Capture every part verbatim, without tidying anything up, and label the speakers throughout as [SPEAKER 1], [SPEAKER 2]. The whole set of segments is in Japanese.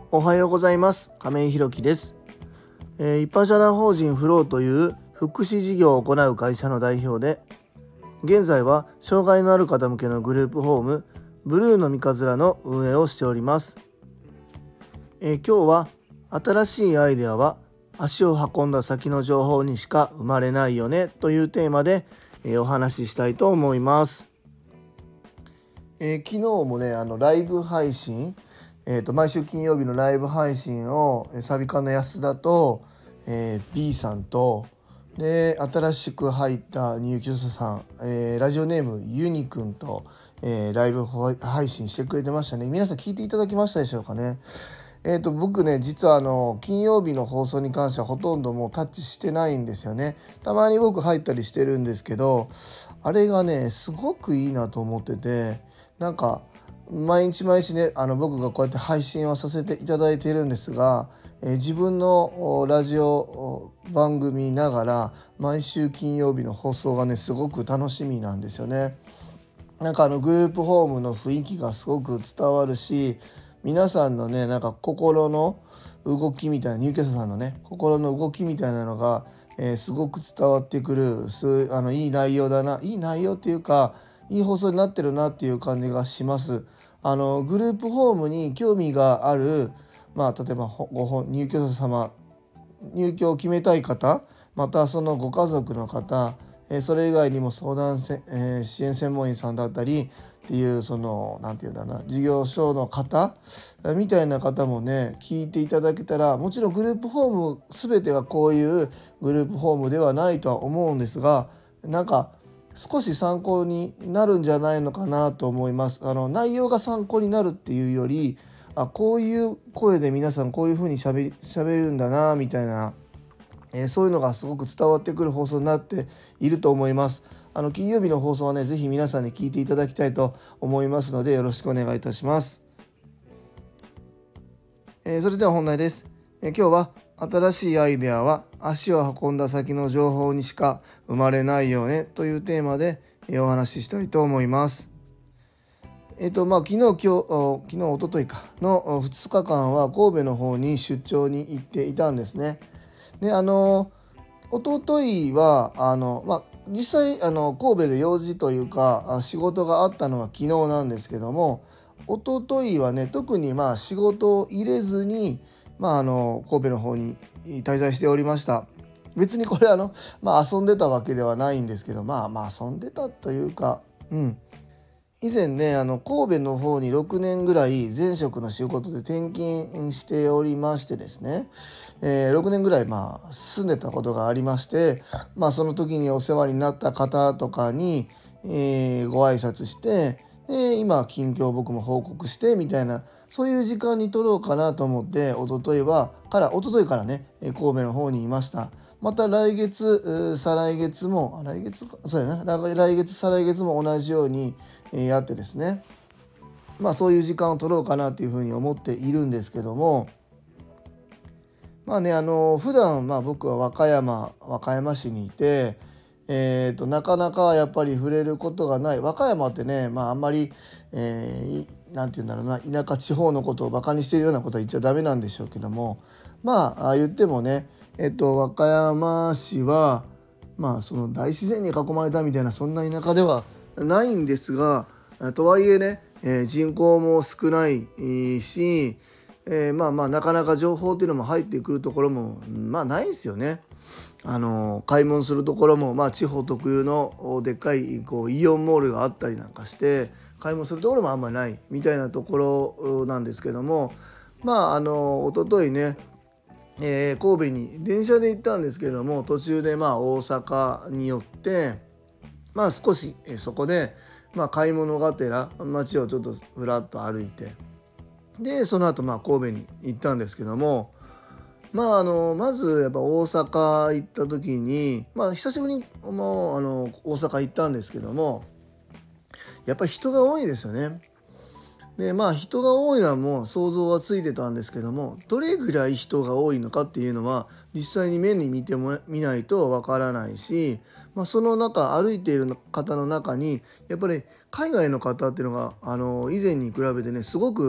[SPEAKER 1] おはようございます。亀井ひろきです、えー、一般社団法人フローという福祉事業を行う会社の代表で、現在は障害のある方向けのグループホームブルーの三日面の運営をしております。えー、今日は新しいアイデアは足を運んだ先の情報にしか生まれないよねというテーマで、えー、お話ししたいと思います。えー、昨日もねあのライブ配信えー、と毎週金曜日のライブ配信をサビカの安田と、えー、B さんとで新しく入った入居者さん、えー、ラジオネームユニくんと、えー、ライブ配信してくれてましたね。皆さん聞いていただきましたでしょうかね。えー、と僕ね実はあの金曜日の放送に関してはほとんどもうタッチしてないんですよね。たまに僕入ったりしてるんですけど、あれがねすごくいいなと思ってて、なんか毎日毎日ねあの僕がこうやって配信をさせていただいているんですが、えー、自分のラジオ番組ながら毎週金曜日の放送がねすごく楽しみなんですよね。なんかあのグループホームの雰囲気がすごく伝わるし、皆さんのねなんか心の動きみたいな、入居者さんのね心の動きみたいなのが、えー、すごく伝わってくる、すあのいい内容だな、いい内容っていうかいい放送になってるなっていう感じがします。あのグループホームに興味がある、まあ、例えばご本入居者様、入居を決めたい方、またそのご家族の方、えそれ以外にも相談せ、えー、支援専門員さんだったりっていうそのなんていうんだろうな、事業所の方みたいな方もね聞いていただけたら、もちろんグループホーム全てがこういうグループホームではないとは思うんですが、なんか少し参考になるんじゃないのかなと思います。あの内容が参考になるっていうより、あこういう声で皆さんこういう風にしゃべり、しゃべるんだなみたいな、えー、そういうのがすごく伝わってくる放送になっていると思います。あの金曜日の放送はねぜひ皆さんに聞いていただきたいと思いますので、よろしくお願いいたします。えー、それでは本題です。えー、今日は新しいアイデアは足を運んだ先の情報にしか生まれないよねというテーマでお話ししたいと思います。えっとまあ昨日今日昨日一昨日かのふつかかんは神戸の方に出張に行っていたんですね。であの一昨日はあのまあ実際あの神戸で用事というか仕事があったのは昨日なんですけども、一昨日はね特にまあ仕事を入れずに、まあ、あの神戸の方に滞在しておりました。別にこれあの、まあ、遊んでたわけではないんですけど、まあまあ遊んでたというか、うん以前ねあの神戸の方にろくねんぐらい前職の仕事で転勤しておりましてですね、えー、ろくねんぐらいまあ住んでたことがありまして、まあその時にお世話になった方とかに、えー、ご挨拶して、で今近況を僕も報告してみたいな、そういう時間に取ろうかなと思って一昨日はから一昨日からね神戸の方にいました。また来月再来月も来月かそうやな来月再来月も同じようにやってですね、まあそういう時間を取ろうかなというふうに思っているんですけども、まあねあの普段まあ僕は和歌山和歌山市にいて、えー、となかなかやっぱり触れることがない和歌山ってね、まああんまり、えー、なんて言うんだろうな、田舎地方のことをバカにしているようなことは言っちゃダメなんでしょうけども、まあ言ってもね、えっと和歌山市はまあその大自然に囲まれたみたいなそんな田舎ではないんですが、とはいえね、えー、人口も少ないし、えー、まあまあなかなか情報っていうのも入ってくるところもまあないですよね。あの買い物するところもまあ地方特有のでっかいこうイオンモールがあったりなんかして買い物するところもあんまりないみたいなところなんですけども、まああの一昨日ね、えー、神戸に電車で行ったんですけども、途中でまあ大阪に寄ってまあ少しそこでまあ買い物がてら街をちょっとふらっと歩いて、でその後まあ神戸に行ったんですけども、まああのまずやっぱ大阪行った時にまあ久しぶりにもうあの大阪行ったんですけども、やっぱり人が多いですよね。でまあ人が多いのはもう想像はついてたんですけども、どれぐらい人が多いのかっていうのは実際に目に見ても見ないとわからないし、まあ、その中歩いている方の中にやっぱり海外の方っていうのがあの以前に比べてねすごく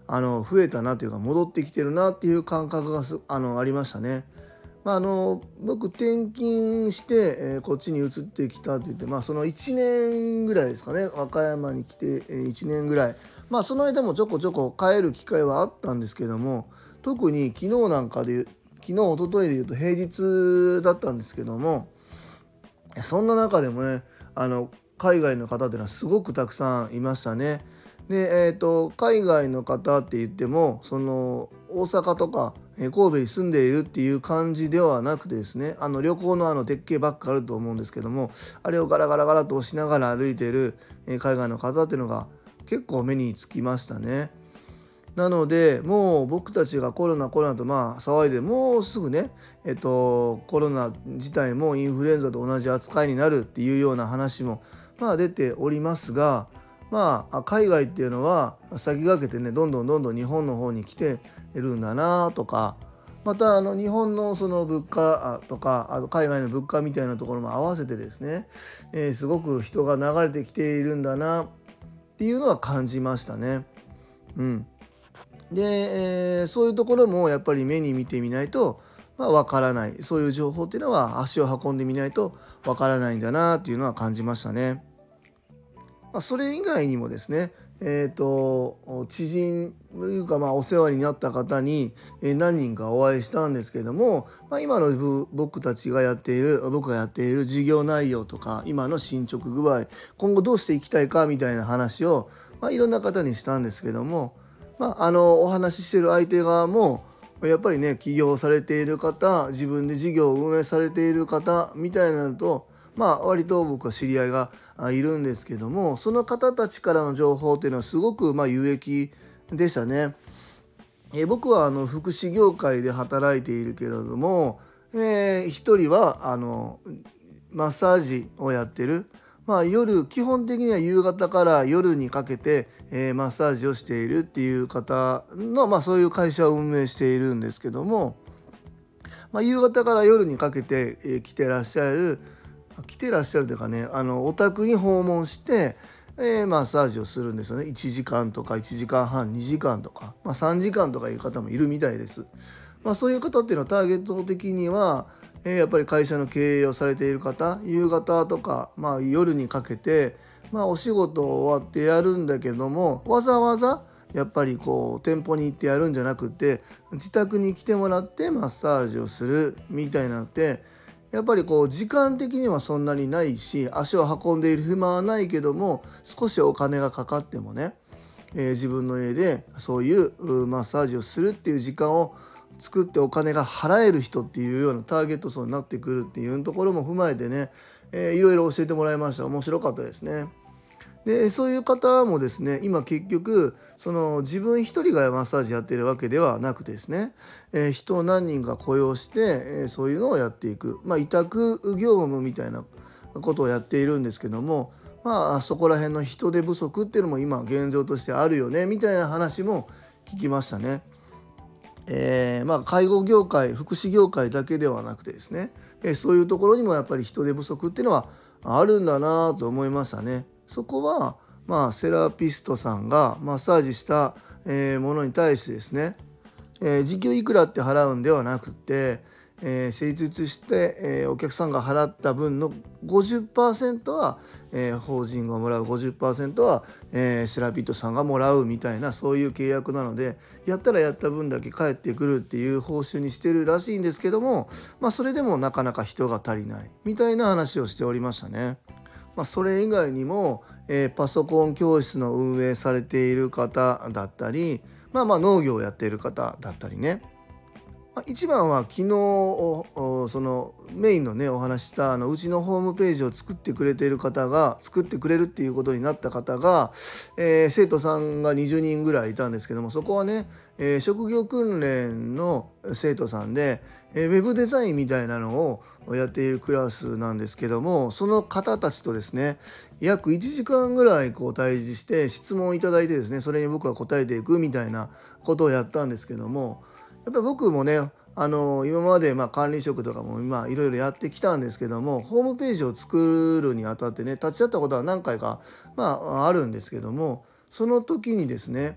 [SPEAKER 1] あの増えたなというか戻ってきてるなっていう感覚がすあのありましたね。まあ、あの僕転勤して、えーこっちに移ってきたって言って、まあ、そのいちねんぐらいですかね、和歌山に来て、えーいちねんぐらい、まあ、その間もちょこちょこ帰る機会はあったんですけども、特に昨日なんかで昨日一昨日でいうと平日だったんですけども、そんな中でもね、あの海外の方っていうのはすごくたくさんいましたね。で、えーと、海外の方って言ってもその大阪とかえー神戸に住んでいるっていう感じではなくてですね、あの旅行のあの鉄形ばっかあると思うんですけども、あれをガラガラガラと押しながら歩いているえー海外の方っていうのが結構目につきましたね。なのでもう僕たちがコロナコロナとまあ騒いでもうすぐね、えっと、コロナ自体もインフルエンザと同じ扱いになるっていうような話もまあ出ておりますが、まあ海外っていうのは先駆けてねどんどんどんどん日本の方に来ているんだなとか、またあの日本のその物価とかあと海外の物価みたいなところも合わせてですね、えーすごく人が流れてきているんだなっていうのは感じましたね。うん。で、えーそういうところもやっぱり目に見てみないとまあ、わからない、そういう情報っていうのは足を運んでみないとわからないんだなっていうのは感じましたね。まあ、それ以外にもですね、えー、と知人というか、まあ、お世話になった方にえー何人かお会いしたんですけども、まあ、今のぶ僕たちがやっている僕がやっている事業内容とか今の進捗具合、今後どうしていきたいかみたいな話を、まあ、いろんな方にしたんですけども、まあ、あのお話ししてる相手側もやっぱりね起業されている方、自分で事業を運営されている方みたいなのと、まあ割と僕は知り合いがあいるんですけども、その方たちからの情報っていうのはすごくまあ有益でしたね。えー僕はあの福祉業界で働いているけれども、えー一人はあのマッサージをやってる、まあ、夜基本的には夕方から夜にかけて、えーマッサージをしているっていう方の、まあ、そういう会社を運営しているんですけども、まあ、夕方から夜にかけて、えー来てらっしゃる来てらっしゃるというかね、あのお宅に訪問して、えーマッサージをするんですよね。いちじかんとかいちじかんはんにじかんとか、まあ、さんじかんとかいう方もいるみたいです。まあ、そういう方っていうのはターゲット的には、えーやっぱり会社の経営をされている方、夕方とか、まあ、夜にかけて、まあ、お仕事終わってやるんだけども、わざわざやっぱりこう店舗に行ってやるんじゃなくて自宅に来てもらってマッサージをするみたいなのってやっぱりこう時間的にはそんなにないし、足を運んでいる暇はないけども少しお金がかかってもね、えー自分の家でそういううマッサージをするっていう時間を作ってお金が払える人っていうようなターゲット層になってくるっていうところも踏まえてね、えーいろいろ教えてもらいました。面白かったですね。でそういう方もですね、今結局その自分一人がマッサージやってるわけではなくてですね、えー人を何人か雇用して、えーそういうのをやっていく、まあ、委託業務みたいなことをやっているんですけども、まあそこら辺の人手不足っていうのも今現状としてあるよねみたいな話も聞きましたね。えーまあ、介護業界福祉業界だけではなくてですね、えーそういうところにもやっぱり人手不足っていうのはあるんだなと思いましたね。そこは、まあ、セラピストさんがマッサージした、えーものに対してですね、えー時給いくらって払うんではなくて、えー施術して、えーお客さんが払った分のごじゅっパーセントは、えー法人がもらう、ごじゅっパーセントは、えーセラピストさんがもらうみたいなそういう契約なので、やったらやった分だけ返ってくるっていう報酬にしてるらしいんですけども、まあ、それでもなかなか人が足りないみたいな話をしておりましたね。まあ、それ以外にも、えーパソコン教室の運営されている方だったり、まあまあ農業をやっている方だったりね、まあ一番は昨日おおそのメインのねお話ししたあのうちのホームページを作ってくれている方が作ってくれるっていうことになった方が、えー生徒さんがにじゅうにんぐらいいたんですけども、そこはね、えー職業訓練の生徒さんで、えーウェブデザインみたいなのをやっているクラスなんですけども、その方たちとですね約いちじかんぐらいこう対峙して質問をいただいてですね、それに僕が答えていくみたいなことをやったんですけども、やっぱり僕もねあの今までまあ管理職とかも今いろいろやってきたんですけども、ホームページを作るにあたってね立ち会ったことは何回かまああるんですけども、その時にですね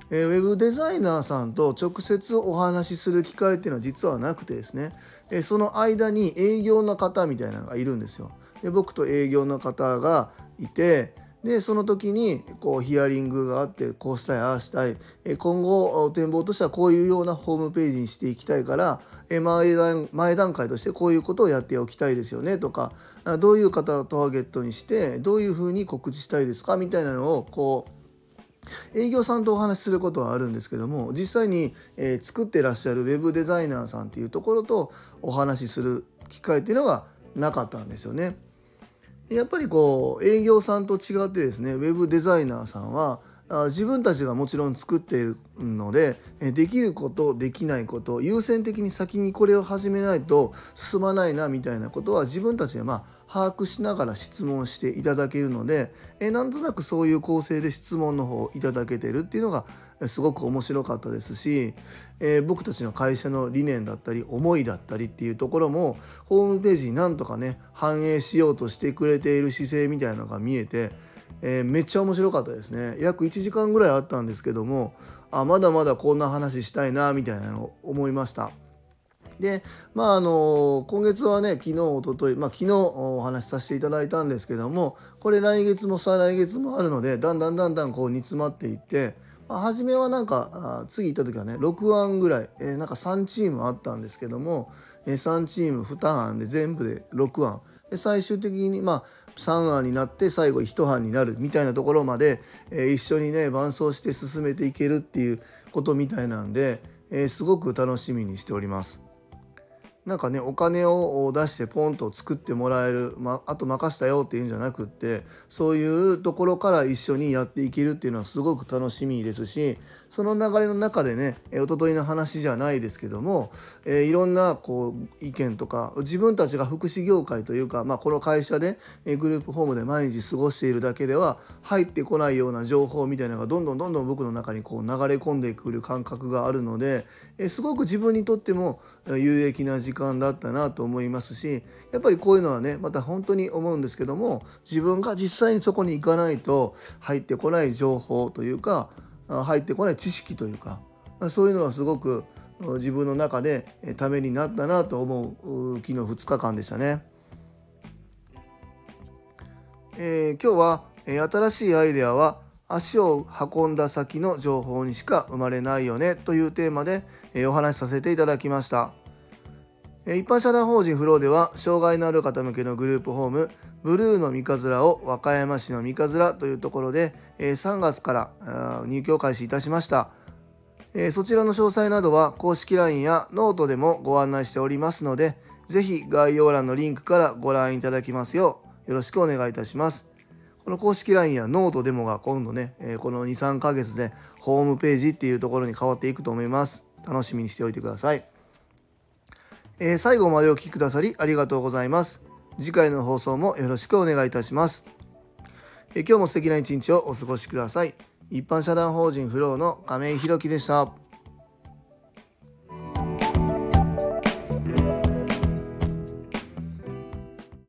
[SPEAKER 1] えー、ウェブデザイナーさんと直接お話しする機会っていうのは実はなくてですね、えー、その間に営業の方みたいなのがいるんですよ。で僕と営業の方がいて、でその時にこうヒアリングがあって、こうしたいああしたい、え今後展望としてはこういうようなホームページにしていきたいから、え前段前段階としてこういうことをやっておきたいですよねとか、どういう方をターゲットにしてどういうふうに告知したいですかみたいなのをこう営業さんとお話しすることはあるんですけども、実際に、えー作ってらっしゃるウェブデザイナーさんっていうところとお話しする機会っていうのがなかったんですよね。やっぱりこう営業さんと違ってですね、ウェブデザイナーさんはあ自分たちがもちろん作っているので、えできることできないこと、優先的に先にこれを始めないと進まないなみたいなことは自分たちでまあ把握しながら質問していただけるので、えなんとなくそういう構成で質問の方をいただけてるっていうのがえすごく面白かったですし、えー僕たちの会社の理念だったり思いだったりっていうところもホームページになんとかね反映しようとしてくれている姿勢みたいなのが見えて、えーめっちゃ面白かったですね。約いちじかんぐらいあったんですけども、あまだまだこんな話したいなみたいなのを思いました。でまああの今月はね、昨日おととい、まあ、昨日お話しさせていただいたんですけども、これ来月も再来月もあるので、だんだんだんだんこう煮詰まっていって、まあ、初めはなんかあ次行った時はねろく案ぐらい、えーなんかさんチームあったんですけども、えーさんチームに案で全部でろく案で、最終的にまあさん案になって最後いち案になるみたいなところまで、えー一緒にね伴走して進めていけるっていうことみたいなんで、えーすごく楽しみにしております。なんかねお金を出してポンと作ってもらえる、まあと任したよっていうんじゃなくって、そういうところから一緒にやっていけるっていうのはすごく楽しみですし、その流れの中でね、え一昨日の話じゃないですけども、えーいろんなこう意見とか、自分たちが福祉業界というか、まあ、この会社でえーグループホームで毎日過ごしているだけでは入ってこないような情報みたいなのがどんどんどんどん僕の中にこう流れ込んでくる感覚があるので、えーすごく自分にとってもえー有益な時間だったなと思いますし、やっぱりこういうのはねまた本当に思うんですけども、自分が実際にそこに行かないと入ってこない情報というか、あ入ってこない知識というか、そういうのはすごく自分の中でえためになったなと思うう昨日ふつかかんでしたね。えー今日は、えー新しいアイデアは足を運んだ先の情報にしか生まれないよねというテーマで、えーお話しさせていただきました。えー一般社団法人フローでは障害のある方向けのグループホームブルーの三日面を和歌山市の三日面というところで、えーさんがつからあー入居開始いたしました。えーそちらの詳細などは公式 ライン やノートでもご案内しておりますので、ぜひ概要欄のリンクからご覧いただきますようよろしくお願いいたします。この公式 ライン やノートでもが今度ね、えーこのに、さんかげつでホームページっていうところに変わっていくと思います。楽しみにしておいてください。えー最後までお聞きくださりありがとうございます。次回の放送もよろしくお願いいたします。えー今日も素敵な一日をお過ごしください。一般社団法人フローの亀井宏樹でした。